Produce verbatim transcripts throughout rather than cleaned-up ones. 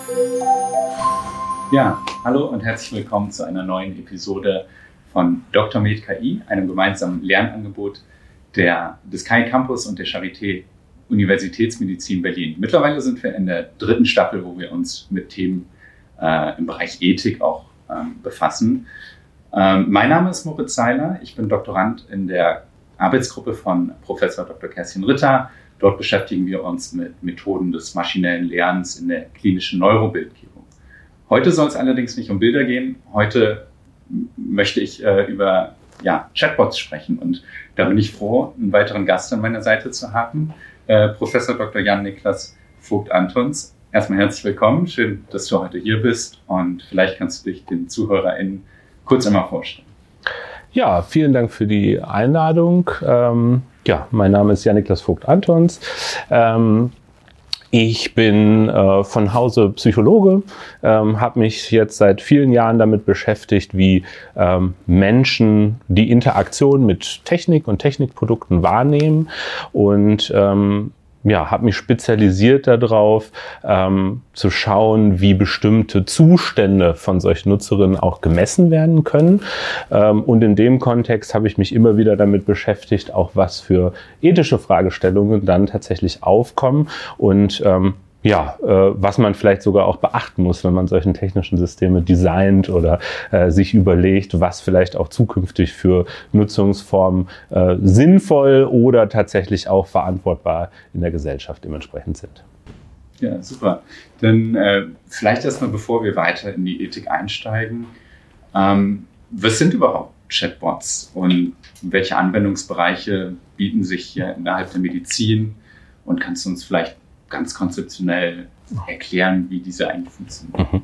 Ja, hallo und herzlich willkommen zu einer neuen Episode von Doktor Med K I, einem gemeinsamen Lernangebot der, des K I Campus und der Charité Universitätsmedizin Berlin. Mittlerweile sind wir in der dritten Staffel, wo wir uns mit Themen äh, im Bereich Ethik auch ähm, befassen. Ähm, mein Name ist Moritz Seiler, ich bin Doktorand in der Arbeitsgruppe von Professor Doktor Kerstin Ritter. Dort beschäftigen wir uns mit Methoden des maschinellen Lernens in der klinischen Neurobildgebung. Heute soll es allerdings nicht um Bilder gehen. Heute möchte ich äh, über ja, Chatbots sprechen. Und da bin ich froh, einen weiteren Gast an meiner Seite zu haben, äh, Professor Doktor Jan-Niklas Vogt-Antons. Erstmal herzlich willkommen. Schön, dass du heute hier bist. Und vielleicht kannst du dich den ZuhörerInnen kurz einmal vorstellen. Ja, vielen Dank für die Einladung. Ähm, ja, mein Name ist Jan-Niklas Vogt-Antons. Ähm, Ich bin äh, von Hause Psychologe, ähm, habe mich jetzt seit vielen Jahren damit beschäftigt, wie ähm, Menschen die Interaktion mit Technik und Technikprodukten wahrnehmen und ähm, ja, habe mich spezialisiert darauf, ähm, zu schauen, wie bestimmte Zustände von solchen Nutzerinnen auch gemessen werden können. Ähm, und in dem Kontext habe ich mich immer wieder damit beschäftigt, auch was für ethische Fragestellungen dann tatsächlich aufkommen und ähm, ja, äh, was man vielleicht sogar auch beachten muss, wenn man solchen technischen Systeme designt oder äh, sich überlegt, was vielleicht auch zukünftig für Nutzungsformen äh, sinnvoll oder tatsächlich auch verantwortbar in der Gesellschaft dementsprechend sind. Ja, super. Dann äh, vielleicht erstmal, bevor wir weiter in die Ethik einsteigen, ähm, was sind überhaupt Chatbots und welche Anwendungsbereiche bieten sich hier innerhalb der Medizin, und kannst du uns vielleicht ganz konzeptionell erklären, wie diese eigentlich funktionieren? Mhm.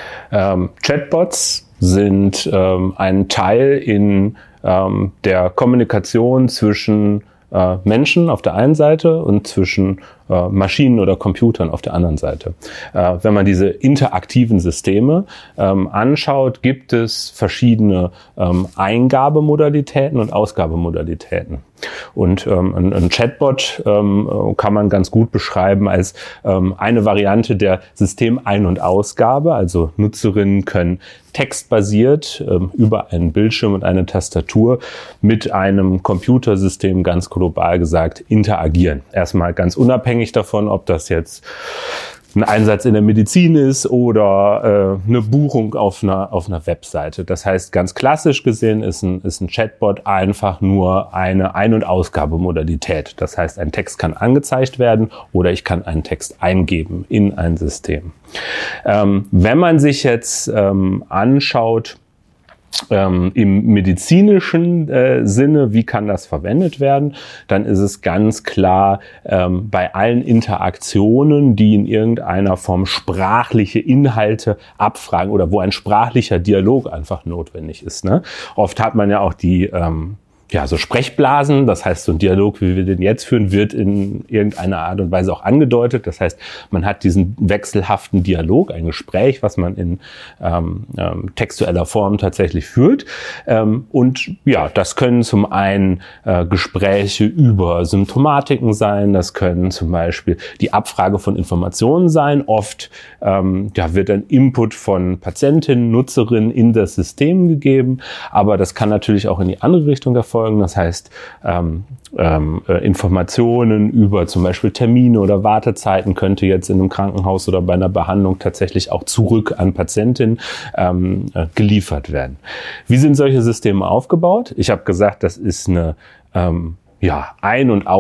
Ähm, Chatbots sind ähm, ein Teil in ähm, der Kommunikation zwischen äh, Menschen auf der einen Seite und zwischen äh, Maschinen oder Computern auf der anderen Seite. Äh, wenn man diese interaktiven Systeme ähm, anschaut, gibt es verschiedene ähm, Eingabemodalitäten und Ausgabemodalitäten. Und ähm, ein, ein Chatbot ähm, kann man ganz gut beschreiben als ähm, eine Variante der Systemein- und Ausgabe. Also Nutzerinnen können textbasiert ähm, über einen Bildschirm und eine Tastatur mit einem Computersystem ganz global gesagt interagieren. Erstmal ganz unabhängig davon, ob das jetzt ein Einsatz in der Medizin ist oder äh, eine Buchung auf einer, auf einer Webseite. Das heißt, ganz klassisch gesehen ist ein, ist ein Chatbot einfach nur eine Ein- und Ausgabemodalität. Das heißt, ein Text kann angezeigt werden oder ich kann einen Text eingeben in ein System. Ähm, wenn man sich jetzt ähm, anschaut, Ähm, im medizinischen äh, Sinne, wie kann das verwendet werden, dann ist es ganz klar, ähm, bei allen Interaktionen, die in irgendeiner Form sprachliche Inhalte abfragen oder wo ein sprachlicher Dialog einfach notwendig ist. Ne? Oft hat man ja auch die ähm, ja, so Sprechblasen, das heißt, so ein Dialog, wie wir den jetzt führen, wird in irgendeiner Art und Weise auch angedeutet. Das heißt, man hat diesen wechselhaften Dialog, ein Gespräch, was man in ähm, ähm, textueller Form tatsächlich führt. Ähm, und ja, das können zum einen äh, Gespräche über Symptomatiken sein, das können zum Beispiel die Abfrage von Informationen sein. Oft ähm, ja, wird ein Input von Patientinnen, Nutzerinnen in das System gegeben, aber das kann natürlich auch in die andere Richtung erfolgen. Das heißt, ähm, ähm, äh, Informationen über zum Beispiel Termine oder Wartezeiten könnte jetzt in einem Krankenhaus oder bei einer Behandlung tatsächlich auch zurück an Patientinnen ähm, äh, geliefert werden. Wie sind solche Systeme aufgebaut? Ich habe gesagt, das ist eine ähm, ja, Ein- und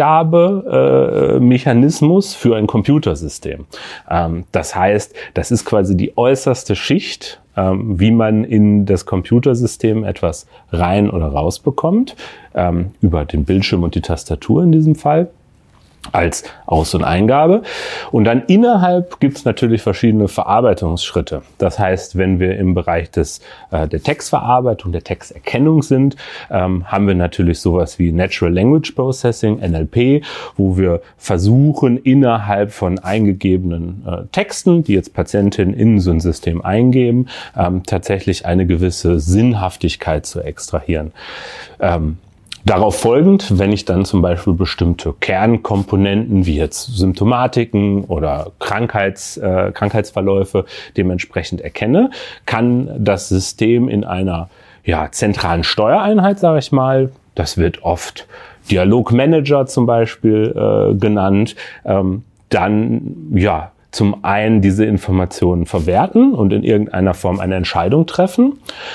Ausgabemechanismus äh, für ein Computersystem. Ähm, das heißt, das ist quasi die äußerste Schicht, ähm, wie man in das Computersystem etwas rein oder raus bekommt, ähm, über den Bildschirm und die Tastatur in diesem Fall, als Aus- und Eingabe. Und dann innerhalb gibt es natürlich verschiedene Verarbeitungsschritte. Das heißt, wenn wir im Bereich des, äh, der Textverarbeitung, der Texterkennung sind, ähm, haben wir natürlich sowas wie Natural Language Processing, N L P, wo wir versuchen, innerhalb von eingegebenen äh, Texten, die jetzt Patientinnen in so ein System eingeben, ähm, tatsächlich eine gewisse Sinnhaftigkeit zu extrahieren. Ähm, Darauf folgend, wenn ich dann zum Beispiel bestimmte Kernkomponenten wie jetzt Symptomatiken oder Krankheits, äh, Krankheitsverläufe dementsprechend erkenne, kann das System in einer ja, zentralen Steuereinheit, sage ich mal, das wird oft Dialogmanager zum Beispiel äh, genannt, ähm, dann ja zum einen diese Informationen verwerten und in irgendeiner Form eine Entscheidung treffen.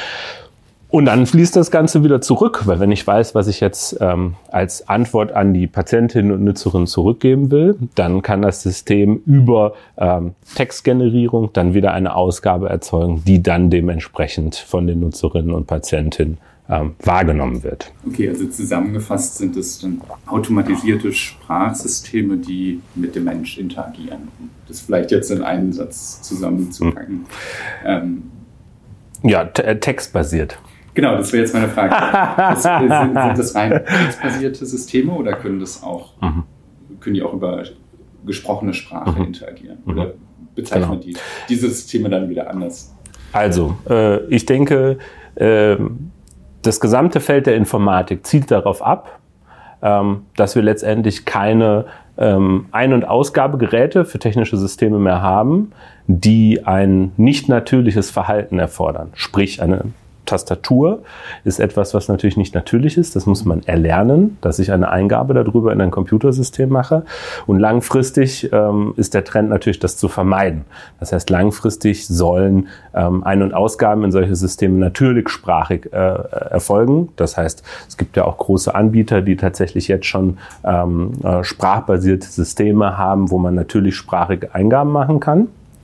Und dann fließt das Ganze wieder zurück, weil wenn ich weiß, was ich jetzt ähm, als Antwort an die Patientin und Nutzerin zurückgeben will, dann kann das System über ähm, Textgenerierung dann wieder eine Ausgabe erzeugen, die dann dementsprechend von den Nutzerinnen und Patientinnen ähm, wahrgenommen wird. Okay, also zusammengefasst sind es dann automatisierte Sprachsysteme, die mit dem Mensch interagieren. Das vielleicht jetzt in einen Satz zusammenzupacken. Hm. Ähm, ja, t- textbasiert. Genau, das wäre jetzt meine Frage. Das, sind, sind das rein textbasierte Systeme oder können das auch, mhm. können die auch über gesprochene Sprache mhm. interagieren? Oder bezeichnen genau. die diese Systeme dann wieder anders? Also, äh, ich denke, äh, das gesamte Feld der Informatik zielt darauf ab, ähm, dass wir letztendlich keine ähm, Ein- und Ausgabegeräte für technische Systeme mehr haben, die ein nicht natürliches Verhalten erfordern. Sprich, eine Tastatur ist etwas, was natürlich nicht natürlich ist. Das muss man erlernen, dass ich eine Eingabe darüber in ein Computersystem mache. Und langfristig ähm, ist der Trend natürlich, das zu vermeiden. Das heißt, langfristig sollen ähm, Ein- und Ausgaben in solche Systeme natürlichsprachig äh, erfolgen. Das heißt, es gibt ja auch große Anbieter, die tatsächlich jetzt schon ähm, äh, sprachbasierte Systeme haben, wo man natürlichsprachige Eingaben machen kann.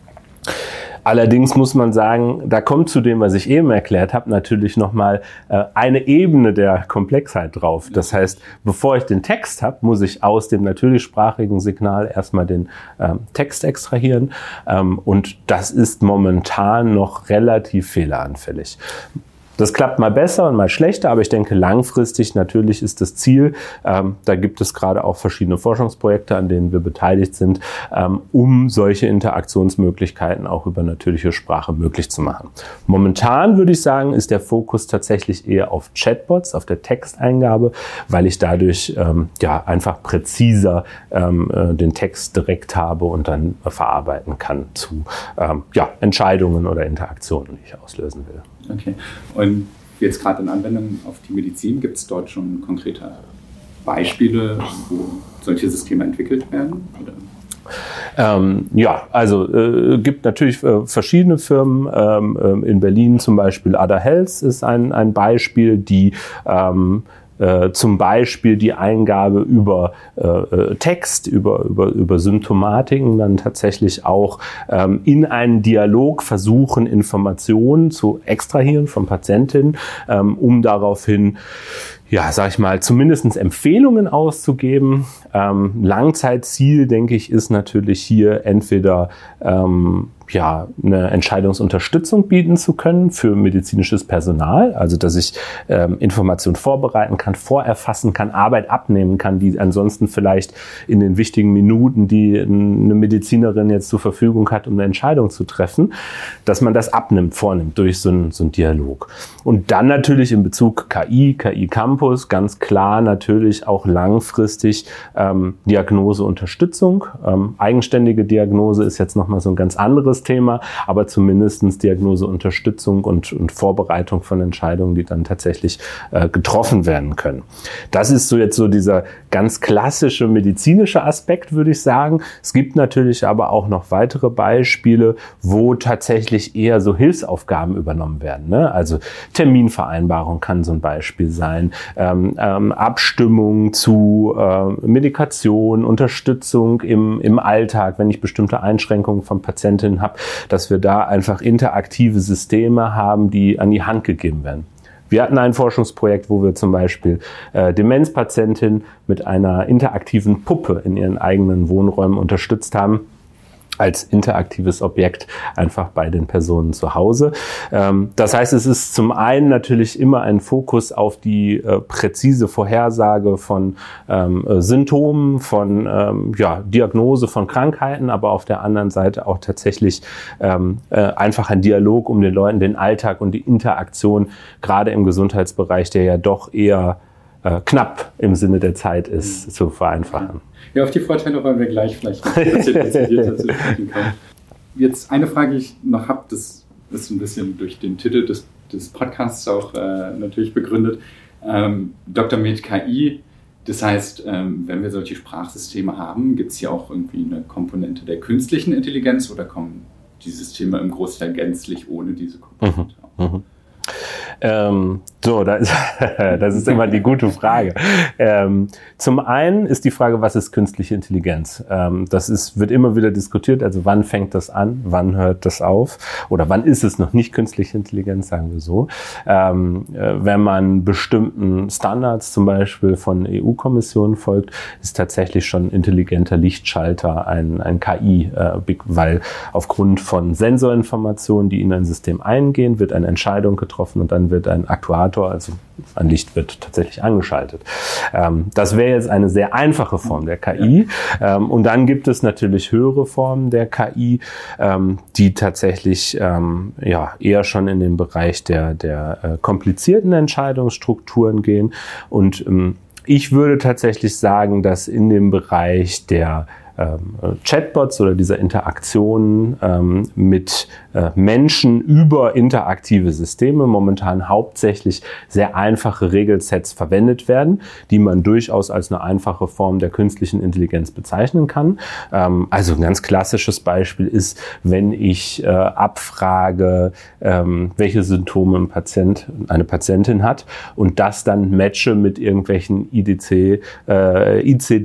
Allerdings muss man sagen, da kommt zu dem, was ich eben erklärt habe, natürlich nochmal äh, eine Ebene der Komplexheit drauf. Das heißt, bevor ich den Text habe, muss ich aus dem natürlichsprachigen Signal erstmal den ähm, Text extrahieren. Ähm, und das ist momentan noch relativ fehleranfällig. Das klappt mal besser und mal schlechter, aber ich denke, langfristig natürlich ist das Ziel, ähm, da gibt es gerade auch verschiedene Forschungsprojekte, an denen wir beteiligt sind, ähm, um solche Interaktionsmöglichkeiten auch über natürliche Sprache möglich zu machen. Momentan würde ich sagen, ist der Fokus tatsächlich eher auf Chatbots, auf der Texteingabe, weil ich dadurch ähm, ja einfach präziser ähm, äh, den Text direkt habe und dann äh, verarbeiten kann zu ähm, ja, Entscheidungen oder Interaktionen, die ich auslösen will. Okay. Und jetzt gerade in Anwendung auf die Medizin, gibt es dort schon konkrete Beispiele, wo solche Systeme entwickelt werden? Oder? Ähm, ja, also äh, gibt natürlich äh, verschiedene Firmen. Ähm, in Berlin zum Beispiel Ada Health ist ein, ein Beispiel, die ähm, Äh, zum Beispiel die Eingabe über äh, Text, über, über, über Symptomatiken dann tatsächlich auch ähm, in einen Dialog versuchen, Informationen zu extrahieren von Patientinnen, ähm, um daraufhin, ja, sag ich mal, zumindest Empfehlungen auszugeben. Ähm, Langzeitziel, denke ich, ist natürlich hier entweder ähm, ja, eine Entscheidungsunterstützung bieten zu können für medizinisches Personal, also dass ich ähm, Informationen vorbereiten kann, vorerfassen kann, Arbeit abnehmen kann, die ansonsten vielleicht in den wichtigen Minuten, die eine Medizinerin jetzt zur Verfügung hat, um eine Entscheidung zu treffen, dass man das abnimmt, vornimmt durch so einen, so einen Dialog. Und dann natürlich in Bezug K I, K I Campus, ganz klar natürlich auch langfristig ähm, Diagnoseunterstützung. Ähm, eigenständige Diagnose ist jetzt nochmal so ein ganz anderes Thema, aber zumindestens Diagnoseunterstützung und, und Vorbereitung von Entscheidungen, die dann tatsächlich äh, getroffen werden können. Das ist so jetzt so dieser ganz klassische medizinische Aspekt, würde ich sagen. Es gibt natürlich aber auch noch weitere Beispiele, wo tatsächlich eher so Hilfsaufgaben übernommen werden, ne? Also Terminvereinbarung kann so ein Beispiel sein, ähm, ähm, Abstimmung zu äh, Medikation, Unterstützung im, im Alltag, wenn ich bestimmte Einschränkungen von Patientinnen habe, dass wir da einfach interaktive Systeme haben, die an die Hand gegeben werden. Wir hatten ein Forschungsprojekt, wo wir zum Beispiel äh, Demenzpatientinnen mit einer interaktiven Puppe in ihren eigenen Wohnräumen unterstützt haben, als interaktives Objekt einfach bei den Personen zu Hause. Ähm, das heißt, es ist zum einen natürlich immer ein Fokus auf die äh, präzise Vorhersage von ähm, äh, Symptomen, von ähm, ja, Diagnose von Krankheiten, aber auf der anderen Seite auch tatsächlich ähm, äh, einfach ein Dialog, um den Leuten den Alltag und die Interaktion, gerade im Gesundheitsbereich, der ja doch eher äh, knapp im Sinne der Zeit ist, mhm. zu vereinfachen. Ja, auf die Vorteile wollen wir gleich vielleicht noch ein bisschen detaillierter zu sprechen kommen. Jetzt eine Frage, die ich noch habe, das ist ein bisschen durch den Titel des, des Podcasts auch äh, natürlich begründet. Ähm, Doktor Med K I, das heißt, ähm, wenn wir solche Sprachsysteme haben, gibt es hier auch irgendwie eine Komponente der künstlichen Intelligenz oder kommen die Systeme im Großteil gänzlich ohne diese Komponente mhm. aus? Mhm. Ähm, so, das ist, das ist immer die gute Frage. Ähm, zum einen ist die Frage, was ist künstliche Intelligenz? Ähm, das ist, wird immer wieder diskutiert, also wann fängt das an, wann hört das auf oder wann ist es noch nicht künstliche Intelligenz, sagen wir so. Ähm, äh, wenn man bestimmten Standards zum Beispiel von E U-Kommissionen folgt, ist tatsächlich schon intelligenter Lichtschalter ein, ein K I, äh, weil aufgrund von Sensorinformationen, die in ein System eingehen, wird eine Entscheidung getroffen und dann wird ein Aktuator, also ein Licht wird tatsächlich angeschaltet. Ähm, das wäre jetzt eine sehr einfache Form der K I. Ähm, und dann gibt es natürlich höhere Formen der K I, ähm, die tatsächlich ähm, ja eher schon in den Bereich der, der äh, komplizierten Entscheidungsstrukturen gehen. Und ähm, ich würde tatsächlich sagen, dass in dem Bereich der Ähm, Chatbots oder dieser Interaktionen ähm, mit äh, Menschen über interaktive Systeme momentan hauptsächlich sehr einfache Regelsets verwendet werden, die man durchaus als eine einfache Form der künstlichen Intelligenz bezeichnen kann. Ähm, also ein ganz klassisches Beispiel ist, wenn ich äh, abfrage, ähm, welche Symptome ein Patient, eine Patientin hat und das dann matche mit irgendwelchen I D C, äh, I C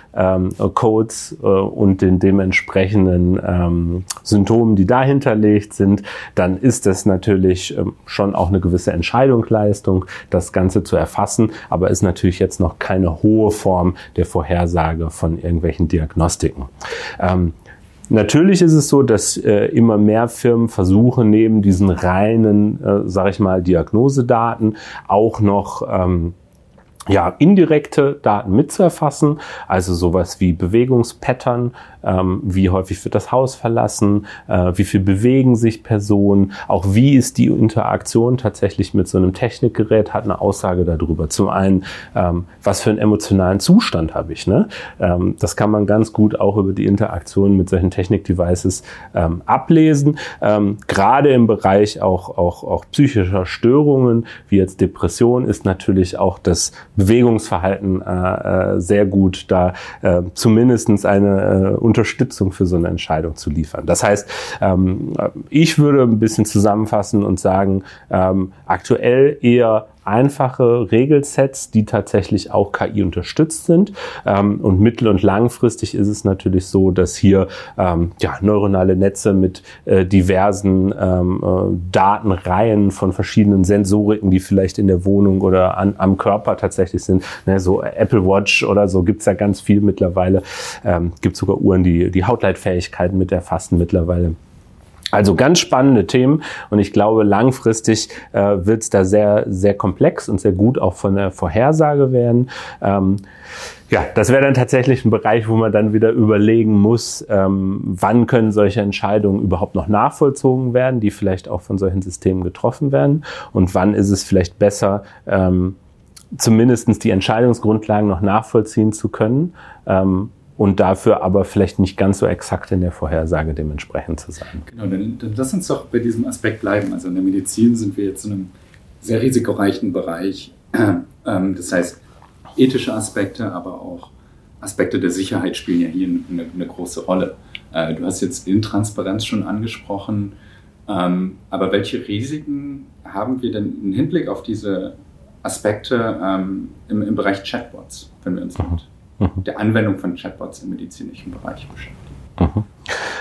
D-Codes ähm, und den dementsprechenden ähm, Symptomen, die dahinterlegt sind, dann ist das natürlich ähm, schon auch eine gewisse Entscheidungsleistung, das Ganze zu erfassen, aber ist natürlich jetzt noch keine hohe Form der Vorhersage von irgendwelchen Diagnostiken. Ähm, Natürlich ist es so, dass äh, immer mehr Firmen versuchen, neben diesen reinen, äh, sag ich mal, Diagnosedaten auch noch ähm, ja, indirekte Daten mitzuerfassen, also sowas wie Bewegungspattern, ähm, wie häufig wird das Haus verlassen, äh, wie viel bewegen sich Personen, auch wie ist die Interaktion tatsächlich mit so einem Technikgerät, hat eine Aussage darüber. Zum einen, ähm, was für einen emotionalen Zustand habe ich, ne? Ähm, das kann man ganz gut auch über die Interaktion mit solchen Technik-Devices ähm, ablesen. Ähm, gerade im Bereich auch, auch, auch psychischer Störungen, wie jetzt Depression, ist natürlich auch das Bewegungsverhalten äh, sehr gut, da äh, zumindest eine äh, Unterstützung für so eine Entscheidung zu liefern. Das heißt, ähm, ich würde ein bisschen zusammenfassen und sagen, ähm, aktuell eher einfache Regelsets, die tatsächlich auch K I unterstützt sind. Ähm, und mittel- und langfristig ist es natürlich so, dass hier ähm, ja, neuronale Netze mit äh, diversen ähm, äh, Datenreihen von verschiedenen Sensoriken, die vielleicht in der Wohnung oder an, am Körper tatsächlich sind, ne, so Apple Watch oder so gibt's ja ganz viel mittlerweile. Ähm, gibt sogar Uhren, die die Hautleitfähigkeiten mit erfassen mittlerweile. Also ganz spannende Themen und ich glaube, langfristig äh, wird es da sehr, sehr komplex und sehr gut auch von der Vorhersage werden. Ähm, ja, das wäre dann tatsächlich ein Bereich, wo man dann wieder überlegen muss, ähm, wann können solche Entscheidungen überhaupt noch nachvollzogen werden, die vielleicht auch von solchen Systemen getroffen werden und wann ist es vielleicht besser, ähm, zumindestens die Entscheidungsgrundlagen noch nachvollziehen zu können, ähm, und dafür aber vielleicht nicht ganz so exakt in der Vorhersage dementsprechend zu sein. Genau, dann, dann lass uns doch bei diesem Aspekt bleiben. Also in der Medizin sind wir jetzt in einem sehr risikoreichen Bereich. Ähm, das heißt, ethische Aspekte, aber auch Aspekte der Sicherheit spielen ja hier eine, eine große Rolle. Äh, du hast jetzt Intransparenz schon angesprochen, ähm, aber welche Risiken haben wir denn im Hinblick auf diese Aspekte ähm, im, im Bereich Chatbots, wenn wir uns mit der Anwendung von Chatbots im medizinischen Bereich beschäftigen? Mhm.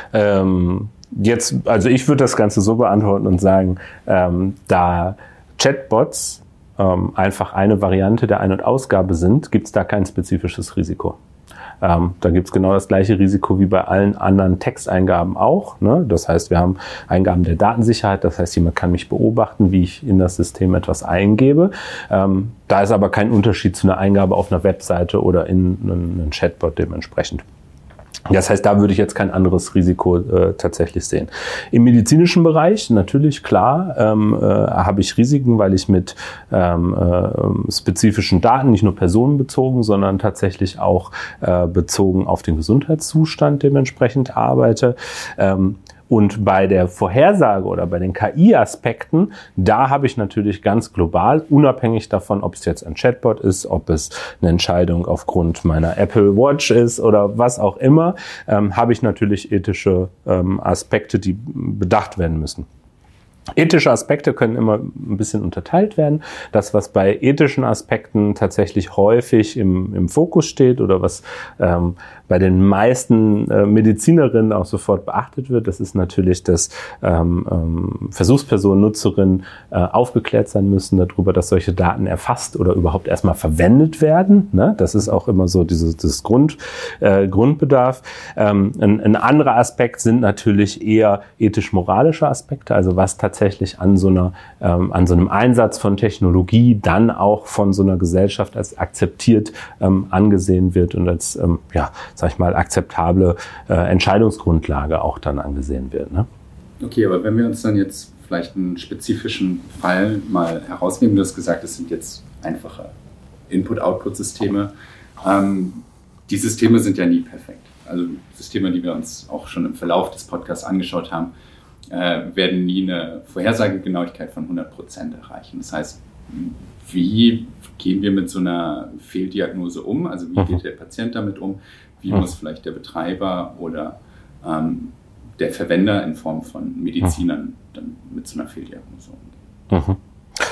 Ähm, jetzt, also ich würde das Ganze so beantworten und sagen, ähm, da Chatbots ähm, einfach eine Variante der Ein- und Ausgabe sind, gibt es da kein spezifisches Risiko. Ähm, da gibt es genau das gleiche Risiko wie bei allen anderen Texteingaben auch, ne? Das heißt, wir haben Eingaben der Datensicherheit, das heißt, jemand kann mich beobachten, wie ich in das System etwas eingebe. Ähm, da ist aber kein Unterschied zu einer Eingabe auf einer Webseite oder in einem Chatbot dementsprechend. Das heißt, da würde ich jetzt kein anderes Risiko äh, tatsächlich sehen. Im medizinischen Bereich natürlich klar ähm, äh, habe ich Risiken, weil ich mit ähm, äh, spezifischen Daten, nicht nur personenbezogen, sondern tatsächlich auch äh, bezogen auf den Gesundheitszustand dementsprechend arbeite. Ähm, Und bei der Vorhersage oder bei den K I-Aspekten, da habe ich natürlich ganz global, unabhängig davon, ob es jetzt ein Chatbot ist, ob es eine Entscheidung aufgrund meiner Apple Watch ist oder was auch immer, ähm, habe ich natürlich ethische ähm, Aspekte, die bedacht werden müssen. Ethische Aspekte können immer ein bisschen unterteilt werden. Das, was bei ethischen Aspekten tatsächlich häufig im, im Fokus steht oder was ähm, bei den meisten äh, Medizinerinnen auch sofort beachtet wird, das ist natürlich, dass ähm, ähm, Versuchspersonen, Nutzerinnen äh, aufgeklärt sein müssen darüber, dass solche Daten erfasst oder überhaupt erstmal verwendet werden. Ne? Das ist auch immer so dieses, dieses Grund, äh, Grundbedarf. Ähm, ein, ein anderer Aspekt sind natürlich eher ethisch-moralische Aspekte, also was tatsächlich an so einer, ähm, an so einem Einsatz von Technologie dann auch von so einer Gesellschaft als akzeptiert ähm, angesehen wird und als, ähm, ja, sag ich mal, akzeptable äh, Entscheidungsgrundlage auch dann angesehen wird. Ne? Okay, aber wenn wir uns dann jetzt vielleicht einen spezifischen Fall mal herausnehmen, du hast gesagt, es sind jetzt einfache Input-Output-Systeme. Ähm, die Systeme sind ja nie perfekt. Also Systeme, die wir uns auch schon im Verlauf des Podcasts angeschaut haben, äh, werden nie eine Vorhersagegenauigkeit von hundert Prozent erreichen. Das heißt, wie gehen wir mit so einer Fehldiagnose um? Also wie geht der Patient damit um? Wie muss vielleicht der Betreiber oder ähm, der Verwender in Form von Medizinern dann mit so einer Fehldiagnose umgehen? Mhm.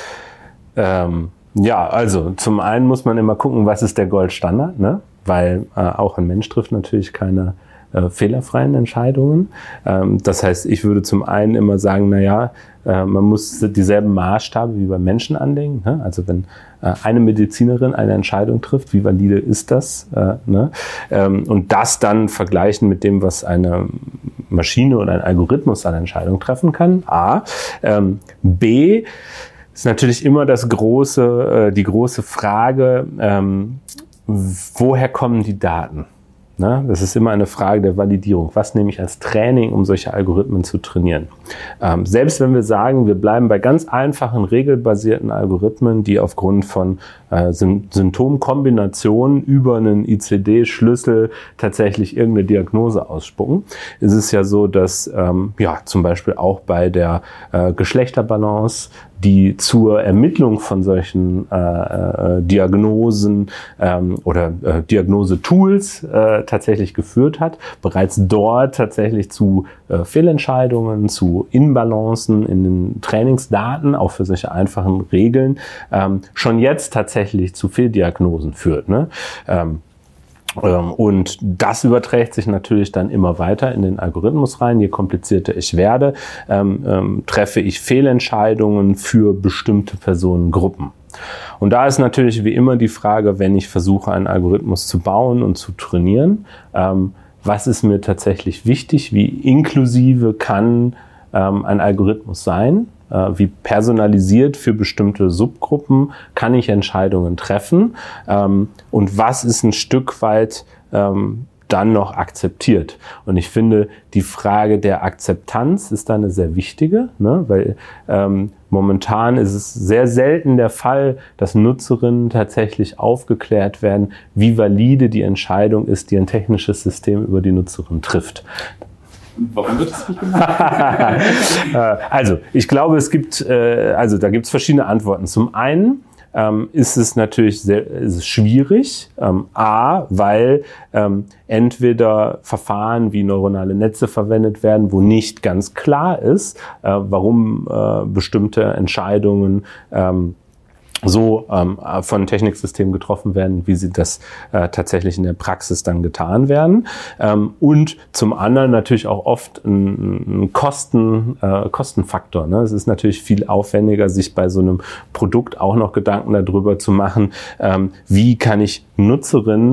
Ähm, ja, also zum einen muss man immer gucken, was ist der Goldstandard, ne? Weil äh, auch ein Mensch trifft natürlich keine äh, fehlerfreien Entscheidungen. Ähm, das heißt, ich würde zum einen immer sagen, naja, äh, man muss dieselben Maßstabe wie beim Menschen anlegen. Ne? Also wenn äh, eine Medizinerin eine Entscheidung trifft, wie valide ist das? Äh, ne? ähm, und das dann vergleichen mit dem, was eine Maschine oder ein Algorithmus an Entscheidung treffen kann. A. Ähm, B. ist natürlich immer das große, äh, die große Frage, ähm, woher kommen die Daten? Ne? Das ist immer eine Frage der Validierung. Was nehme ich als Training, um solche Algorithmen zu trainieren? Ähm, selbst wenn wir sagen, wir bleiben bei ganz einfachen, regelbasierten Algorithmen, die aufgrund von äh, Symptomkombinationen über einen I C D-Schlüssel tatsächlich irgendeine Diagnose ausspucken, ist es ja so, dass ähm, ja zum Beispiel auch bei der äh, Geschlechterbalance, die zur Ermittlung von solchen äh, äh, Diagnosen ähm, oder äh, Diagnosetools äh, tatsächlich geführt hat, bereits dort tatsächlich zu äh, Fehlentscheidungen, zu Inbalancen in den Trainingsdaten, auch für solche einfachen Regeln, ähm, schon jetzt tatsächlich zu Fehldiagnosen führt. Ne? Ähm, Und das überträgt sich natürlich dann immer weiter in den Algorithmus rein. Je komplizierter ich werde, ähm, ähm, treffe ich Fehlentscheidungen für bestimmte Personengruppen. Und da ist natürlich wie immer die Frage, wenn ich versuche, einen Algorithmus zu bauen und zu trainieren, ähm, was ist mir tatsächlich wichtig? Wie inklusive kann ähm, ein Algorithmus sein? Wie personalisiert für bestimmte Subgruppen kann ich Entscheidungen treffen ähm, und was ist ein Stück weit ähm, dann noch akzeptiert. Und ich finde, die Frage der Akzeptanz ist da eine sehr wichtige, ne? Weil ähm, momentan ist es sehr selten der Fall, dass Nutzerinnen tatsächlich aufgeklärt werden, wie valide die Entscheidung ist, die ein technisches System über die Nutzerin trifft. Warum wird das nicht gemacht? Also, ich glaube, es gibt, also da gibt es verschiedene Antworten. Zum einen ähm, ist es natürlich sehr ist es schwierig, ähm, A, weil ähm, entweder Verfahren wie neuronale Netze verwendet werden, wo nicht ganz klar ist, äh, warum äh, bestimmte Entscheidungen ähm, so ähm, von Techniksystemen getroffen werden, wie sie das äh, tatsächlich in der Praxis dann getan werden. Ähm, und zum anderen natürlich auch oft ein, ein Kosten, äh, Kostenfaktor. Ne? Es ist natürlich viel aufwendiger, sich bei so einem Produkt auch noch Gedanken darüber zu machen, ähm, wie kann ich Nutzerinnen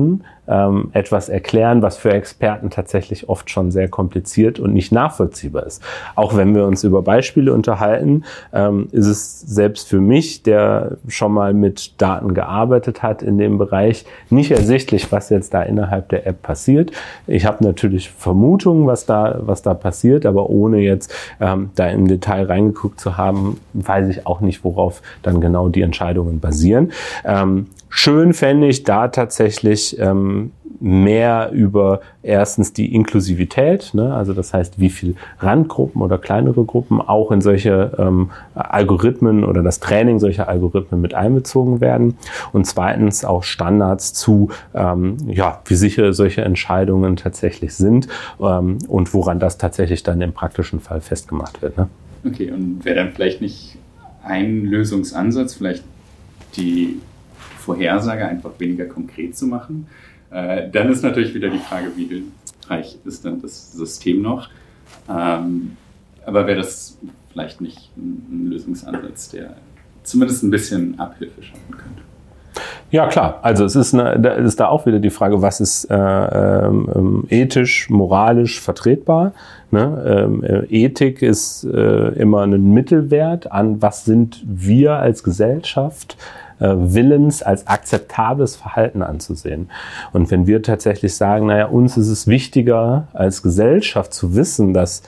ähm, etwas erklären, was für Experten tatsächlich oft schon sehr kompliziert und nicht nachvollziehbar ist. Auch wenn wir uns über Beispiele unterhalten, ähm, ist es selbst für mich, der schon mal mit Daten gearbeitet hat in dem Bereich, nicht ersichtlich, was jetzt da innerhalb der App passiert. Ich habe natürlich Vermutungen, was da, was da passiert, aber ohne jetzt ähm, da im Detail reingeguckt zu haben, weiß ich auch nicht, worauf dann genau die Entscheidungen basieren. Ähm, schön fände ich da tatsächlich ähm, mehr über erstens die Inklusivität, ne? Also das heißt, wie viel Randgruppen oder kleinere Gruppen auch in solche ähm, Algorithmen oder das Training solcher Algorithmen mit einbezogen werden, und zweitens auch Standards zu, ähm, ja, wie sicher solche Entscheidungen tatsächlich sind ähm, und woran das tatsächlich dann im praktischen Fall festgemacht wird. Ne? Okay, und wäre dann vielleicht nicht ein Lösungsansatz, vielleicht die Vorhersage einfach weniger konkret zu machen? Äh, dann ist natürlich wieder die Frage, wie hilfreich ist dann das System noch? Ähm, aber wäre das vielleicht nicht ein, ein Lösungsansatz, der zumindest ein bisschen Abhilfe schaffen könnte? Ja, klar. Also es ist, eine, da ist da auch wieder die Frage, was ist äh, ähm, ethisch, moralisch vertretbar? Ne? Ähm, äh, Ethik ist äh, immer ein Mittelwert an, was sind wir als Gesellschaft äh, willens als akzeptables Verhalten anzusehen. Und wenn wir tatsächlich sagen, naja, uns ist es wichtiger als Gesellschaft zu wissen, dass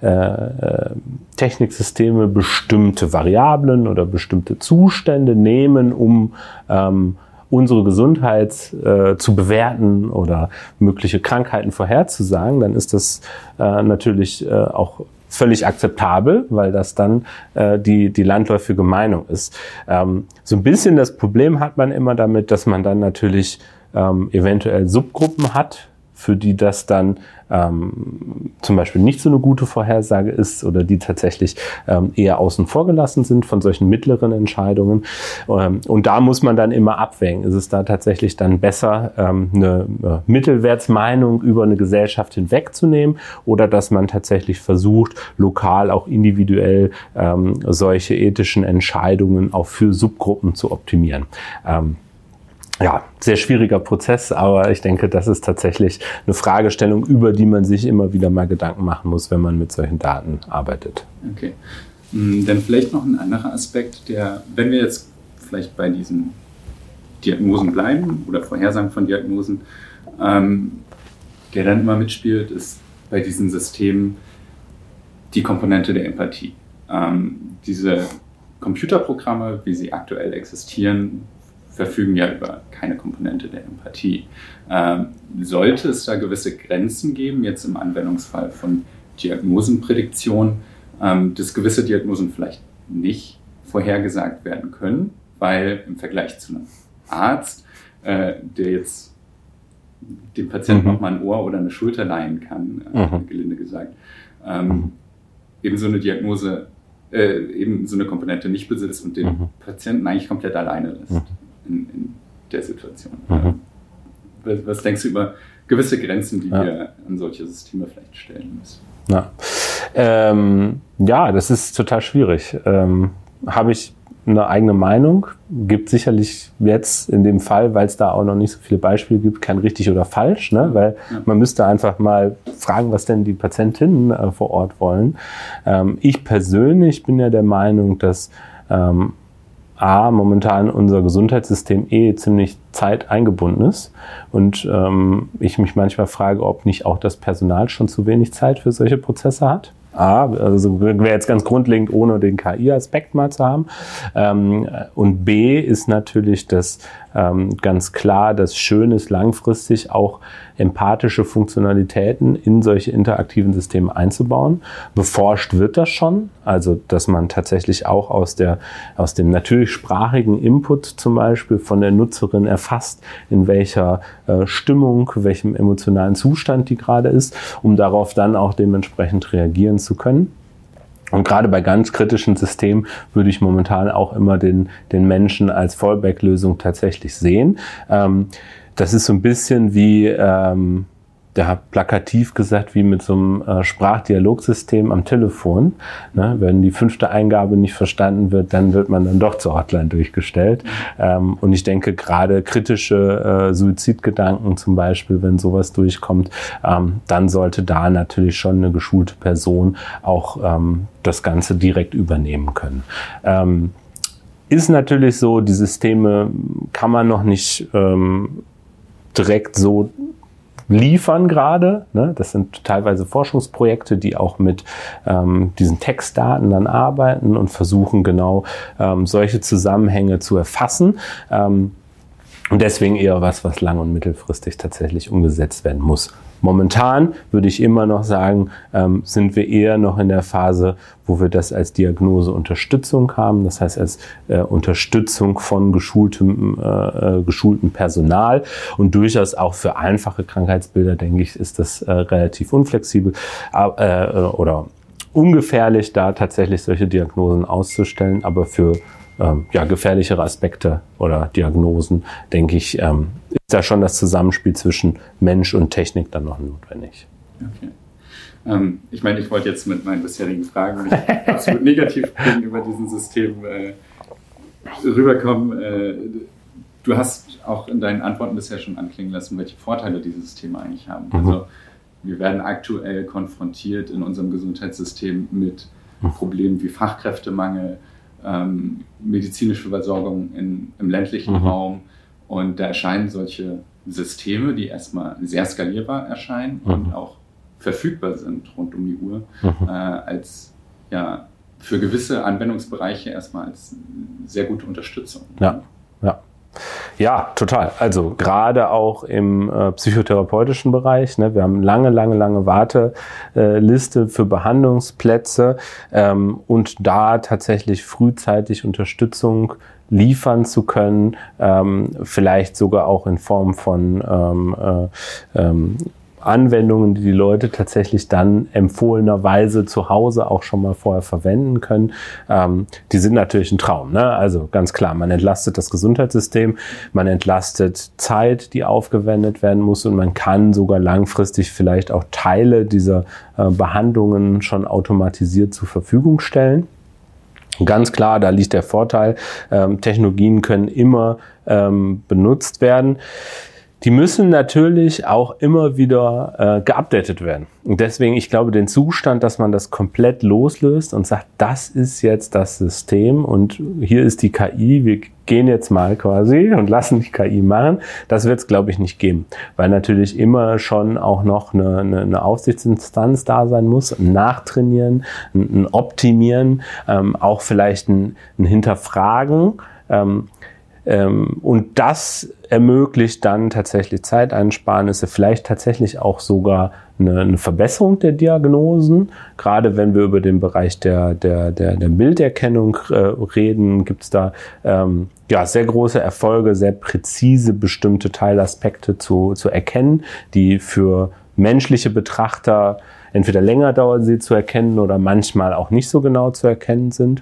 Äh, Techniksysteme bestimmte Variablen oder bestimmte Zustände nehmen, um ähm, unsere Gesundheit äh, zu bewerten oder mögliche Krankheiten vorherzusagen, dann ist das äh, natürlich äh, auch völlig akzeptabel, weil das dann äh, die die landläufige Meinung ist. Ähm, so ein bisschen das Problem hat man immer damit, dass man dann natürlich ähm, eventuell Subgruppen hat, für die das dann ähm, zum Beispiel nicht so eine gute Vorhersage ist oder die tatsächlich ähm, eher außen vor gelassen sind von solchen mittleren Entscheidungen. Ähm, und da muss man dann immer abwägen. Ist es da tatsächlich dann besser, ähm, eine äh, Mittelwertsmeinung über eine Gesellschaft hinwegzunehmen oder dass man tatsächlich versucht, lokal auch individuell ähm, solche ethischen Entscheidungen auch für Subgruppen zu optimieren. Ähm, Ja, sehr schwieriger Prozess, aber ich denke, das ist tatsächlich eine Fragestellung, über die man sich immer wieder mal Gedanken machen muss, wenn man mit solchen Daten arbeitet. Okay. Dann vielleicht noch ein anderer Aspekt, der, wenn wir jetzt vielleicht bei diesen Diagnosen bleiben oder Vorhersagen von Diagnosen, ähm, der dann immer mitspielt, ist bei diesen Systemen die Komponente der Empathie. Ähm, diese Computerprogramme, wie sie aktuell existieren, verfügen ja über keine Komponente der Empathie. Ähm, sollte es da gewisse Grenzen geben, jetzt im Anwendungsfall von Diagnosenprädiktion, ähm, dass gewisse Diagnosen vielleicht nicht vorhergesagt werden können, weil im Vergleich zu einem Arzt, äh, der jetzt dem Patienten mhm. nochmal ein Ohr oder eine Schulter leihen kann, äh, mhm. gelinde gesagt, ähm, mhm. eben so eine Diagnose, äh, eben so eine Komponente nicht besitzt und den mhm. Patienten eigentlich komplett alleine lässt. Mhm. In, in der Situation. Mhm. Was, was denkst du über gewisse Grenzen, die ja. wir an solche Systeme vielleicht stellen müssen? Ja, ähm, ja, das ist total schwierig. Ähm, habe ich eine eigene Meinung? Gibt sicherlich jetzt in dem Fall, weil es da auch noch nicht so viele Beispiele gibt, kein richtig oder falsch, ne? Weil ja. man müsste einfach mal fragen, was denn die Patientinnen äh, vor Ort wollen. Ähm, ich persönlich bin ja der Meinung, dass ähm, A, momentan unser Gesundheitssystem eh ziemlich zeiteingebunden ist und ähm, ich mich manchmal frage, ob nicht auch das Personal schon zu wenig Zeit für solche Prozesse hat. A, also wäre jetzt ganz grundlegend, ohne den K I-Aspekt mal zu haben. Ähm, und B ist natürlich das ähm, ganz klar, dass schön ist, langfristig auch empathische Funktionalitäten in solche interaktiven Systeme einzubauen. Beforscht wird das schon, also dass man tatsächlich auch aus der aus dem natürlich sprachigen Input zum Beispiel von der Nutzerin erfasst, in welcher äh, Stimmung, welchem emotionalen Zustand die gerade ist, um darauf dann auch dementsprechend reagieren zu können. Und gerade bei ganz kritischen Systemen würde ich momentan auch immer den, den Menschen als Fallback-Lösung tatsächlich sehen. Ähm, das ist so ein bisschen wie ähm, ja, plakativ gesagt, wie mit so einem äh, Sprachdialogsystem am Telefon. Ne? Wenn die fünfte Eingabe nicht verstanden wird, dann wird man dann doch zur Hotline durchgestellt. Ähm, und ich denke, gerade kritische äh, Suizidgedanken zum Beispiel, wenn sowas durchkommt, ähm, dann sollte da natürlich schon eine geschulte Person auch ähm, das Ganze direkt übernehmen können. Ähm, ist natürlich so, die Systeme kann man noch nicht ähm, direkt so liefern gerade. Ne? Das sind teilweise Forschungsprojekte, die auch mit ähm, diesen Textdaten dann arbeiten und versuchen genau ähm, solche Zusammenhänge zu erfassen. Ähm, und deswegen eher was, was lang- und mittelfristig tatsächlich umgesetzt werden muss. Momentan würde ich immer noch sagen, ähm, sind wir eher noch in der Phase, wo wir das als Diagnoseunterstützung haben, das heißt als äh, Unterstützung von geschultem, äh, geschultem Personal und durchaus auch für einfache Krankheitsbilder, denke ich, ist das äh, relativ unflexibel äh, oder ungefährlich, da tatsächlich solche Diagnosen auszustellen, aber für ähm, ja, gefährlichere Aspekte oder Diagnosen, denke ich, ähm, ist da schon das Zusammenspiel zwischen Mensch und Technik dann noch notwendig. Okay. Ähm, ich meine, ich wollte jetzt mit meinen bisherigen Fragen nicht absolut negativ gegenüber diesem System äh, rüberkommen. Äh, du hast auch in deinen Antworten bisher schon anklingen lassen, welche Vorteile diese Systeme eigentlich haben. Mhm. Also wir werden aktuell konfrontiert in unserem Gesundheitssystem mit Problemen wie Fachkräftemangel, ähm, medizinische Versorgung in, im ländlichen mhm. Raum. Und da erscheinen solche Systeme, die erstmal sehr skalierbar erscheinen mhm. und auch verfügbar sind rund um die Uhr, mhm. äh, als ja für gewisse Anwendungsbereiche erstmal als sehr gute Unterstützung. Ja, ja. Ja, total. Also gerade auch im äh, psychotherapeutischen Bereich. Ne, wir haben lange, lange, lange Warteliste äh, für Behandlungsplätze ähm, und da tatsächlich frühzeitig Unterstützung liefern zu können, ähm, vielleicht sogar auch in Form von ähm, äh, ähm, Anwendungen, die die Leute tatsächlich dann empfohlenerweise zu Hause auch schon mal vorher verwenden können, ähm, die sind natürlich ein Traum. Ne? Also ganz klar, man entlastet das Gesundheitssystem, man entlastet Zeit, die aufgewendet werden muss und man kann sogar langfristig vielleicht auch Teile dieser äh, Behandlungen schon automatisiert zur Verfügung stellen. Ganz klar, da liegt der Vorteil, ähm, Technologien können immer ähm, benutzt werden. Die müssen natürlich auch immer wieder äh, geupdatet werden. Und deswegen, ich glaube, den Zustand, dass man das komplett loslöst und sagt, das ist jetzt das System und hier ist die K I, wir gehen jetzt mal quasi und lassen die K I machen, das wird es, glaube ich, nicht geben. Weil natürlich immer schon auch noch eine, eine, eine Aufsichtsinstanz da sein muss, ein Nachtrainieren, ein, ein Optimieren, ähm, auch vielleicht ein, ein Hinterfragen. Ähm, ähm, und das ermöglicht dann tatsächlich Zeiteinsparnisse, vielleicht tatsächlich auch sogar eine, eine Verbesserung der Diagnosen. Gerade wenn wir über den Bereich der, der, der, der Bilderkennung äh, reden, gibt es da ähm, ja, sehr große Erfolge, sehr präzise bestimmte Teilaspekte zu, zu erkennen, die für menschliche Betrachter entweder länger dauern, sie zu erkennen oder manchmal auch nicht so genau zu erkennen sind.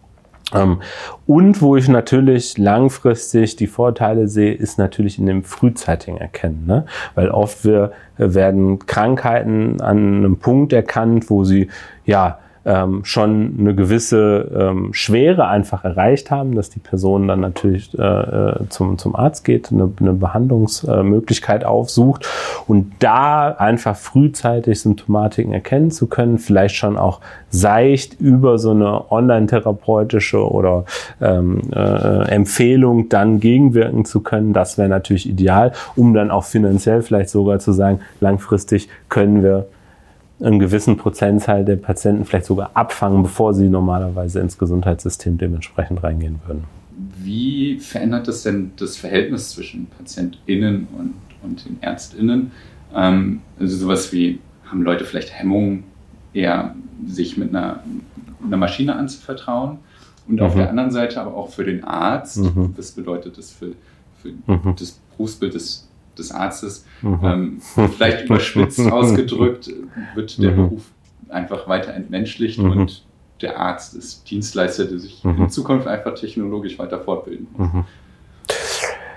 Und wo ich natürlich langfristig die Vorteile sehe, ist natürlich in dem frühzeitigen Erkennen. Ne? Weil oft wir, werden Krankheiten an einem Punkt erkannt, wo sie ja ähm, schon eine gewisse ähm, Schwere einfach erreicht haben, dass die Person dann natürlich äh, zum, zum Arzt geht, eine, eine Behandlungsmöglichkeit aufsucht und da einfach frühzeitig Symptomatiken erkennen zu können, vielleicht schon auch seicht über so eine online-therapeutische oder ähm, äh, Empfehlung dann gegenwirken zu können. Das wäre natürlich ideal, um dann auch finanziell vielleicht sogar zu sagen, langfristig können wir einen gewissen Prozentzahl der Patienten vielleicht sogar abfangen, bevor sie normalerweise ins Gesundheitssystem dementsprechend reingehen würden. Wie verändert das denn das Verhältnis zwischen PatientInnen und, und den ÄrztInnen? Ähm, also sowas wie, haben Leute vielleicht Hemmungen, eher sich mit einer, einer Maschine anzuvertrauen? Und mhm. auf der anderen Seite aber auch für den Arzt, mhm. was bedeutet das für, für mhm. das Berufsbild des des Arztes, mhm. ähm, vielleicht überspitzt ausgedrückt, wird der mhm. Beruf einfach weiter entmenschlicht mhm. und der Arzt ist Dienstleister, der sich mhm. in Zukunft einfach technologisch weiter fortbilden muss. Mhm.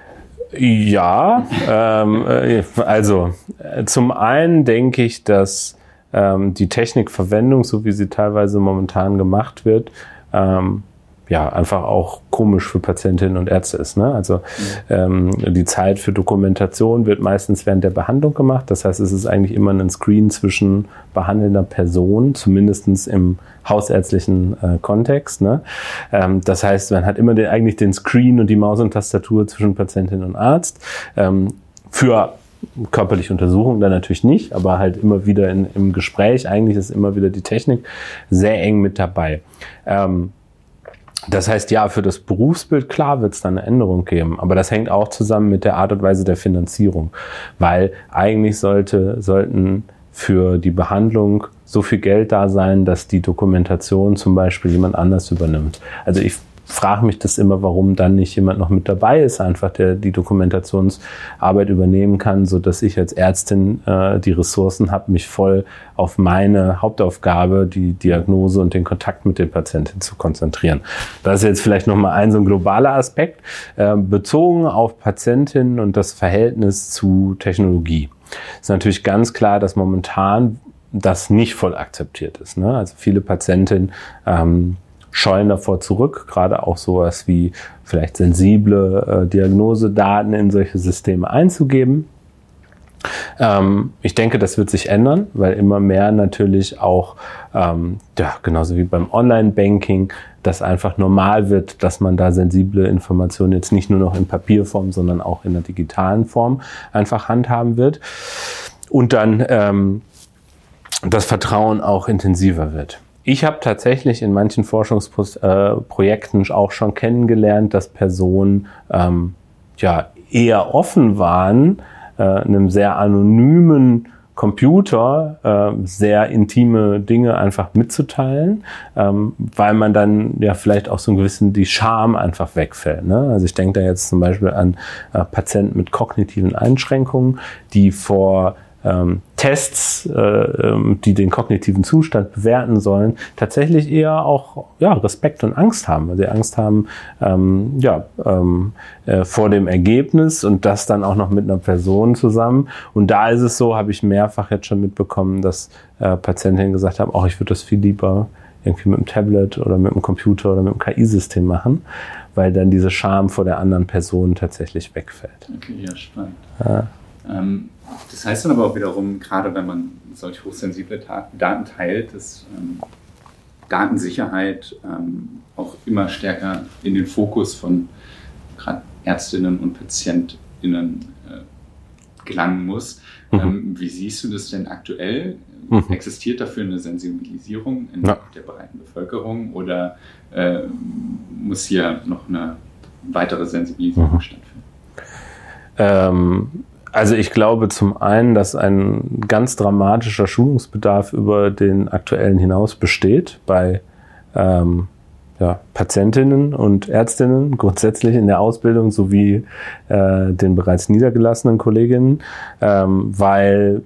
Ja, ähm, also zum einen denke ich, dass ähm, die Technikverwendung, so wie sie teilweise momentan gemacht wird, ähm, ja, einfach auch komisch für Patientinnen und Ärzte ist. Ne? Also ähm, die Zeit für Dokumentation wird meistens während der Behandlung gemacht. Das heißt, es ist eigentlich immer ein Screen zwischen behandelnder Person, zumindestens im hausärztlichen äh, Kontext. Ne? Ähm, das heißt, man hat immer den, eigentlich den Screen und die Maus und Tastatur zwischen Patientin und Arzt. Ähm, für körperliche Untersuchung dann natürlich nicht, aber halt immer wieder in, im Gespräch. Eigentlich ist immer wieder die Technik sehr eng mit dabei. Ähm, Das heißt, ja, für das Berufsbild, klar, wird es da eine Änderung geben. Aber das hängt auch zusammen mit der Art und Weise der Finanzierung. Weil eigentlich sollte, sollten für die Behandlung so viel Geld da sein, dass die Dokumentation zum Beispiel jemand anders übernimmt. Also ich frage mich das immer, warum dann nicht jemand noch mit dabei ist, einfach der die Dokumentationsarbeit übernehmen kann, so dass ich als Ärztin äh, die Ressourcen habe, mich voll auf meine Hauptaufgabe, die Diagnose und den Kontakt mit den Patienten zu konzentrieren. Das ist jetzt vielleicht nochmal ein so ein globaler Aspekt, äh, bezogen auf Patientinnen und das Verhältnis zu Technologie. Ist natürlich ganz klar, dass momentan das nicht voll akzeptiert ist. Ne? Also viele Patientinnen ähm, scheuen davor zurück, gerade auch sowas wie vielleicht sensible äh, Diagnosedaten in solche Systeme einzugeben. Ähm, ich denke, das wird sich ändern, weil immer mehr natürlich auch, ähm, ja, genauso wie beim Online-Banking, das einfach normal wird, dass man da sensible Informationen jetzt nicht nur noch in Papierform, sondern auch in der digitalen Form einfach handhaben wird. Und dann ähm, das Vertrauen auch intensiver wird. Ich habe tatsächlich in manchen Forschungsprojekten auch schon kennengelernt, dass Personen ähm, ja eher offen waren, äh, einem sehr anonymen Computer äh, sehr intime Dinge einfach mitzuteilen, ähm, weil man dann ja vielleicht auch so ein gewissen die Scham einfach wegfällt. Ne? Also ich denke da jetzt zum Beispiel an äh, Patienten mit kognitiven Einschränkungen, die vor Ähm, Tests, äh, die den kognitiven Zustand bewerten sollen, tatsächlich eher auch ja, Respekt und Angst haben. Also die Angst haben ähm, ja, ähm, äh, vor dem Ergebnis und das dann auch noch mit einer Person zusammen. Und da ist es so, habe ich mehrfach jetzt schon mitbekommen, dass äh, Patientinnen gesagt haben, auch ich würde das viel lieber irgendwie mit dem Tablet oder mit dem Computer oder mit dem K I-System machen, weil dann diese Scham vor der anderen Person tatsächlich wegfällt. Okay, ja, spannend. Ja. Ähm, das heißt dann aber auch wiederum, gerade wenn man solch hochsensible Daten teilt, dass ähm, Datensicherheit ähm, auch immer stärker in den Fokus von gerade Ärztinnen und PatientInnen äh, gelangen muss. Mhm. Ähm, wie siehst du das denn aktuell? Mhm. Existiert dafür eine Sensibilisierung in ja. der breiten Bevölkerung oder äh, muss hier noch eine weitere Sensibilisierung mhm. stattfinden? Ähm, Also ich glaube zum einen, dass ein ganz dramatischer Schulungsbedarf über den aktuellen hinaus besteht bei ähm, ja, Patientinnen und Ärztinnen grundsätzlich in der Ausbildung sowie äh, den bereits niedergelassenen Kolleginnen, ähm, weil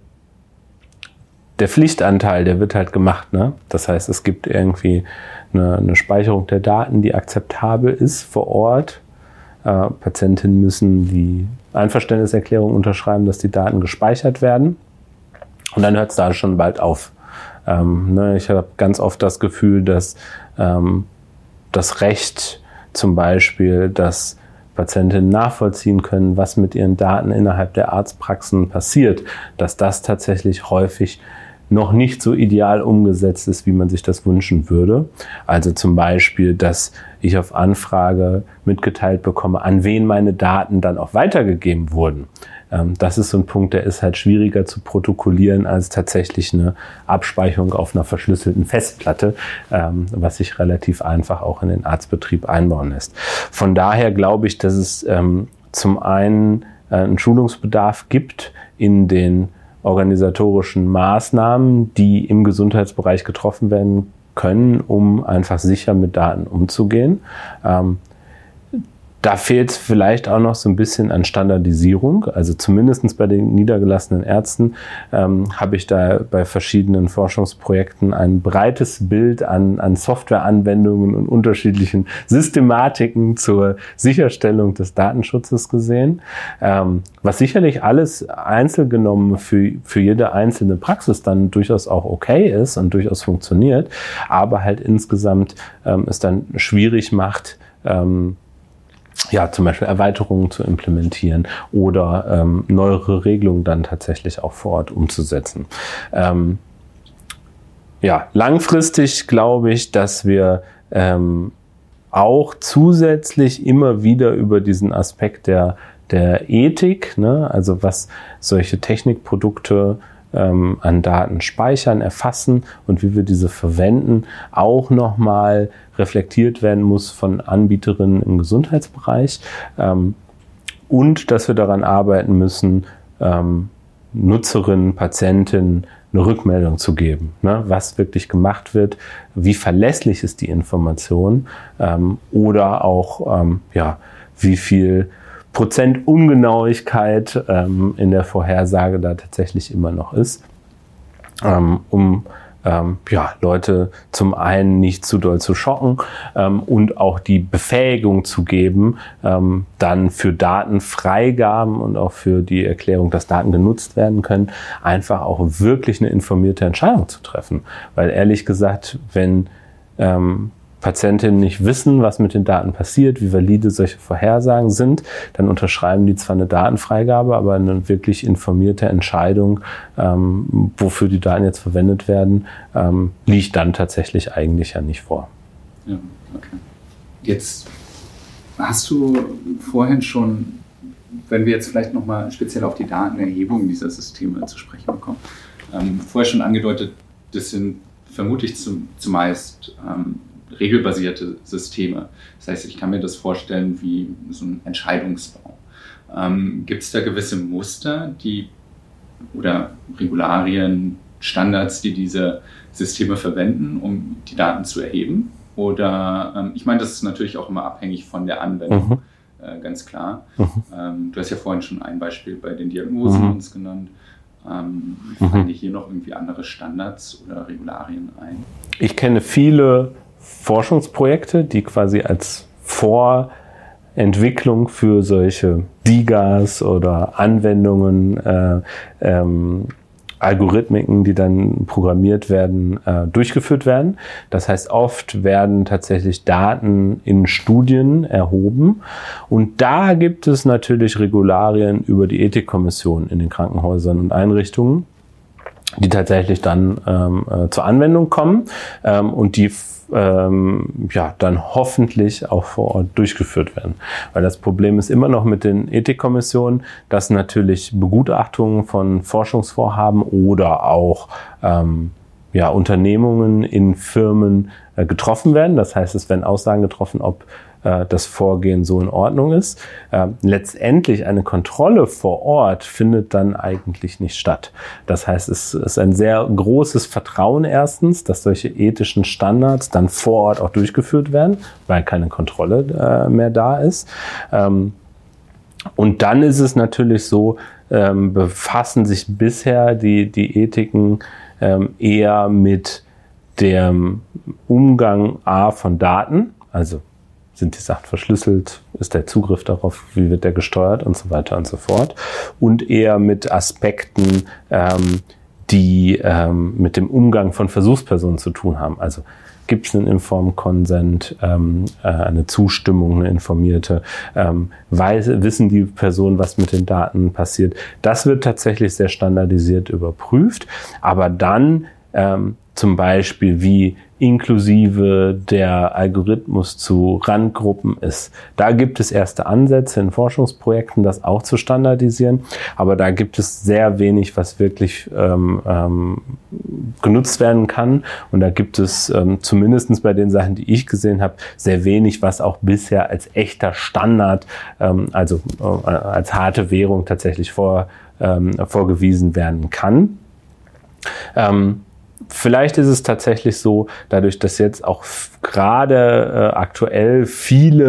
der Pflichtanteil, der wird halt gemacht. Ne? Das heißt, es gibt irgendwie eine, eine Speicherung der Daten, die akzeptabel ist vor Ort. Äh, Patientinnen müssen die Einverständniserklärung unterschreiben, dass die Daten gespeichert werden. Und dann hört es da schon bald auf. Ähm, ne, ich habe ganz oft das Gefühl, dass ähm, das Recht zum Beispiel, dass Patientinnen nachvollziehen können, was mit ihren Daten innerhalb der Arztpraxen passiert, dass das tatsächlich häufig noch nicht so ideal umgesetzt ist, wie man sich das wünschen würde. Also zum Beispiel, dass ich auf Anfrage mitgeteilt bekomme, an wen meine Daten dann auch weitergegeben wurden. Ähm, das ist so ein Punkt, der ist halt schwieriger zu protokollieren als tatsächlich eine Abspeicherung auf einer verschlüsselten Festplatte, ähm, was sich relativ einfach auch in den Arztbetrieb einbauen lässt. Von daher glaube ich, dass es ähm, zum einen äh, einen Schulungsbedarf gibt in den organisatorischen Maßnahmen, die im Gesundheitsbereich getroffen werden können, um einfach sicher mit Daten umzugehen. Ähm, Da fehlt es vielleicht auch noch so ein bisschen an Standardisierung. Also zumindest bei den niedergelassenen Ärzten ähm, habe ich da bei verschiedenen Forschungsprojekten ein breites Bild an, an Softwareanwendungen und unterschiedlichen Systematiken zur Sicherstellung des Datenschutzes gesehen. Ähm, was sicherlich alles einzeln genommen für, für jede einzelne Praxis dann durchaus auch okay ist und durchaus funktioniert, aber halt insgesamt ähm, es dann schwierig macht, ähm, ja, zum Beispiel Erweiterungen zu implementieren oder ähm, neuere Regelungen dann tatsächlich auch vor Ort umzusetzen. Ähm, ja, langfristig glaube ich, dass wir ähm, auch zusätzlich immer wieder über diesen Aspekt der, der Ethik, ne, also was solche Technikprodukte ähm, an Daten speichern, erfassen und wie wir diese verwenden, auch nochmal reflektiert werden muss von Anbieterinnen im Gesundheitsbereich ähm, und dass wir daran arbeiten müssen, ähm, Nutzerinnen, Patientinnen eine Rückmeldung zu geben, ne, was wirklich gemacht wird, wie verlässlich ist die Information ähm, oder auch ähm, ja, wie viel Prozent Ungenauigkeit ähm, in der Vorhersage da tatsächlich immer noch ist, ähm, um ähm, ja, Leute zum einen nicht zu doll zu schocken ähm, und auch die Befähigung zu geben, ähm, dann für Datenfreigaben und auch für die Erklärung, dass Daten genutzt werden können, einfach auch wirklich eine informierte Entscheidung zu treffen. Weil ehrlich gesagt, wenn ähm, Patientinnen nicht wissen, was mit den Daten passiert, wie valide solche Vorhersagen sind, dann unterschreiben die zwar eine Datenfreigabe, aber eine wirklich informierte Entscheidung, ähm, wofür die Daten jetzt verwendet werden, ähm, liegt dann tatsächlich eigentlich ja nicht vor. Ja, okay. Jetzt hast du vorhin schon, wenn wir jetzt vielleicht nochmal speziell auf die Datenerhebung dieser Systeme zu sprechen kommen, ähm, vorher schon angedeutet, das sind vermutlich zum, zumeist ähm, regelbasierte Systeme. Das heißt, ich kann mir das vorstellen wie so ein Entscheidungsbaum. Ähm, gibt es da gewisse Muster, die oder Regularien, Standards, die diese Systeme verwenden, um die Daten zu erheben? Oder, ähm, ich meine, das ist natürlich auch immer abhängig von der Anwendung, mhm. äh, ganz klar. Mhm. Ähm, du hast ja vorhin schon ein Beispiel bei den Diagnosen mhm. uns genannt. Ähm, fallen dir hier noch irgendwie andere Standards oder Regularien ein? Ich kenne viele Forschungsprojekte, die quasi als Vorentwicklung für solche D I G As oder Anwendungen, äh, ähm, Algorithmiken, die dann programmiert werden, äh, durchgeführt werden. Das heißt, oft werden tatsächlich Daten in Studien erhoben. Und da gibt es natürlich Regularien über die Ethikkommission in den Krankenhäusern und Einrichtungen, die tatsächlich dann ähm, äh, zur Anwendung kommen ähm, und die ähm, ja dann hoffentlich auch vor Ort durchgeführt werden. Weil das Problem ist immer noch mit den Ethikkommissionen, dass natürlich Begutachtungen von Forschungsvorhaben oder auch ähm, ja, Unternehmungen in Firmen äh, getroffen werden. Das heißt, es werden Aussagen getroffen, ob äh, das Vorgehen so in Ordnung ist. Äh, letztendlich eine Kontrolle vor Ort findet dann eigentlich nicht statt. Das heißt, es ist ein sehr großes Vertrauen erstens, dass solche ethischen Standards dann vor Ort auch durchgeführt werden, weil keine Kontrolle äh, mehr da ist. Ähm, und dann ist es natürlich so, ähm, befassen sich bisher die, die Ethiken ähm, eher mit dem Umgang A von Daten, also sind die Sachen verschlüsselt, ist der Zugriff darauf, wie wird der gesteuert und so weiter und so fort. Und eher mit Aspekten, ähm, die ähm, mit dem Umgang von Versuchspersonen zu tun haben. Also gibt es einen Informed Consent, ähm, äh, eine Zustimmung, eine informierte, ähm, weiß, wissen die Personen, was mit den Daten passiert. Das wird tatsächlich sehr standardisiert überprüft, aber dann ähm, zum Beispiel wie inklusive der Algorithmus zu Randgruppen ist. Da gibt es erste Ansätze in Forschungsprojekten, das auch zu standardisieren, aber da gibt es sehr wenig, was wirklich ähm, ähm, genutzt werden kann und da gibt es ähm, zumindest bei den Sachen, die ich gesehen habe, sehr wenig, was auch bisher als echter Standard, ähm, also äh, als harte Währung tatsächlich vor, ähm, vorgewiesen werden kann. Ähm, Vielleicht ist es tatsächlich so, dadurch, dass jetzt auch gerade äh, aktuell viele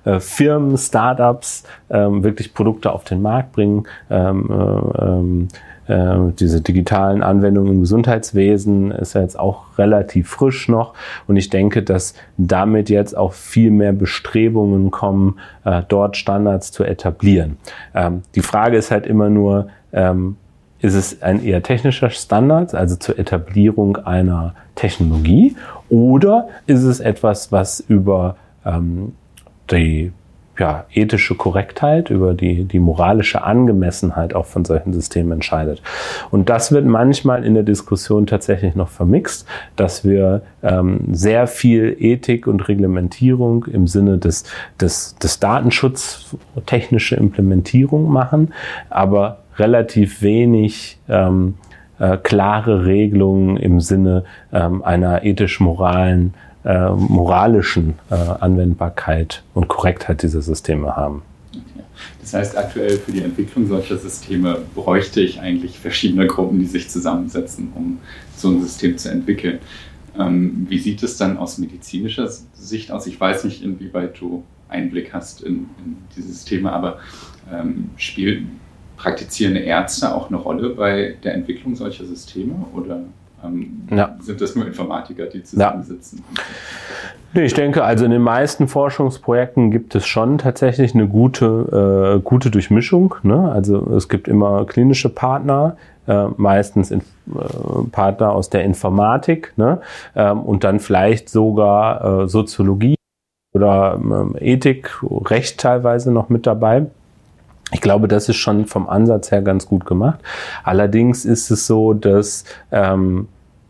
äh, Firmen, Startups ähm, wirklich Produkte auf den Markt bringen. Ähm, ähm, äh, diese digitalen Anwendungen im Gesundheitswesen ist ja jetzt auch relativ frisch noch. Und ich denke, dass damit jetzt auch viel mehr Bestrebungen kommen, äh, dort Standards zu etablieren. Ähm, die Frage ist halt immer nur, ähm, ist es ein eher technischer Standard, also zur Etablierung einer Technologie, oder ist es etwas, was über ähm, die ja, ethische Korrektheit, über die, die moralische Angemessenheit auch von solchen Systemen entscheidet. Und das wird manchmal in der Diskussion tatsächlich noch vermixt, dass wir ähm, sehr viel Ethik und Reglementierung im Sinne des, des, des Datenschutz, technische Implementierung machen, aber relativ wenig ähm, äh, klare Regelungen im Sinne ähm, einer ethisch-moralen Äh, moralischen äh, Anwendbarkeit und Korrektheit dieser Systeme haben. Okay. Das heißt, aktuell für die Entwicklung solcher Systeme bräuchte ich eigentlich verschiedene Gruppen, die sich zusammensetzen, um so ein System zu entwickeln. Ähm, wie sieht es dann aus medizinischer Sicht aus? Ich weiß nicht, inwieweit du Einblick hast in, in diese Systeme, aber ähm, spielen praktizierende Ärzte auch eine Rolle bei der Entwicklung solcher Systeme, oder Ja. sind das nur Informatiker, die zusammensitzen? Ja. Ich denke, also in den meisten Forschungsprojekten gibt es schon tatsächlich eine gute, äh, gute Durchmischung. Ne? Also es gibt immer klinische Partner, äh, meistens in, äh, Partner aus der Informatik, ne? ähm, und dann vielleicht sogar äh, Soziologie oder äh, Ethik, Recht teilweise noch mit dabei. Ich glaube, das ist schon vom Ansatz her ganz gut gemacht. Allerdings ist es so, dass ähm,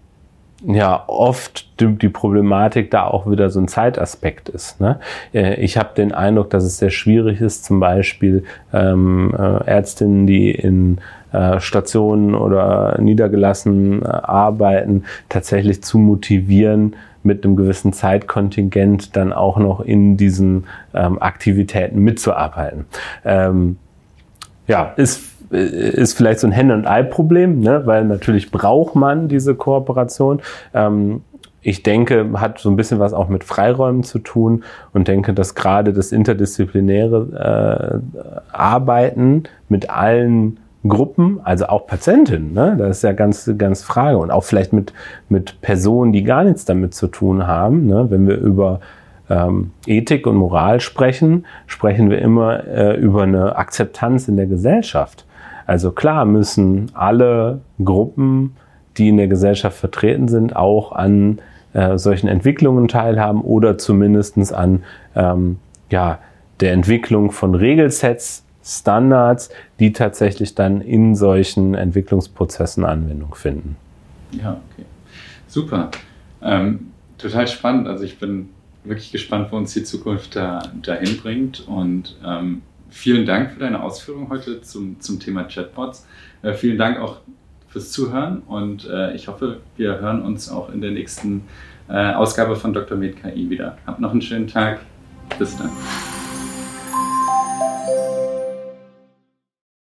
ja oft die, die Problematik da auch wieder so ein Zeitaspekt ist. Ne? Ich habe den Eindruck, dass es sehr schwierig ist, zum Beispiel ähm, äh, Ärztinnen, die in äh, Stationen oder niedergelassen äh, arbeiten, tatsächlich zu motivieren, mit einem gewissen Zeitkontingent dann auch noch in diesen ähm, Aktivitäten mitzuarbeiten. Ähm, ja, ist, ist vielleicht so ein Henne- und Ei-Problem, ne? Weil natürlich braucht man diese Kooperation. Ähm, ich denke, hat so ein bisschen was auch mit Freiräumen zu tun und denke, dass gerade das interdisziplinäre äh, Arbeiten mit allen Gruppen, also auch Patientinnen, ne? Das ist ja ganz, ganz Frage. Und auch vielleicht mit, mit Personen, die gar nichts damit zu tun haben, ne? Wenn wir über ähm, Ethik und Moral sprechen, sprechen wir immer äh, über eine Akzeptanz in der Gesellschaft. Also klar müssen alle Gruppen, die in der Gesellschaft vertreten sind, auch an äh, solchen Entwicklungen teilhaben oder zumindestens an ähm, ja, der Entwicklung von Regelsets, Standards, die tatsächlich dann in solchen Entwicklungsprozessen Anwendung finden. Ja, okay. Super. Ähm, total spannend. Also ich bin wirklich gespannt, wo uns die Zukunft da, dahin bringt. Und ähm, vielen Dank für deine Ausführungen heute zum, zum Thema Chatbots. Äh, vielen Dank auch fürs Zuhören und äh, ich hoffe, wir hören uns auch in der nächsten äh, Ausgabe von Doktor Med K I wieder. Habt noch einen schönen Tag. Bis dann.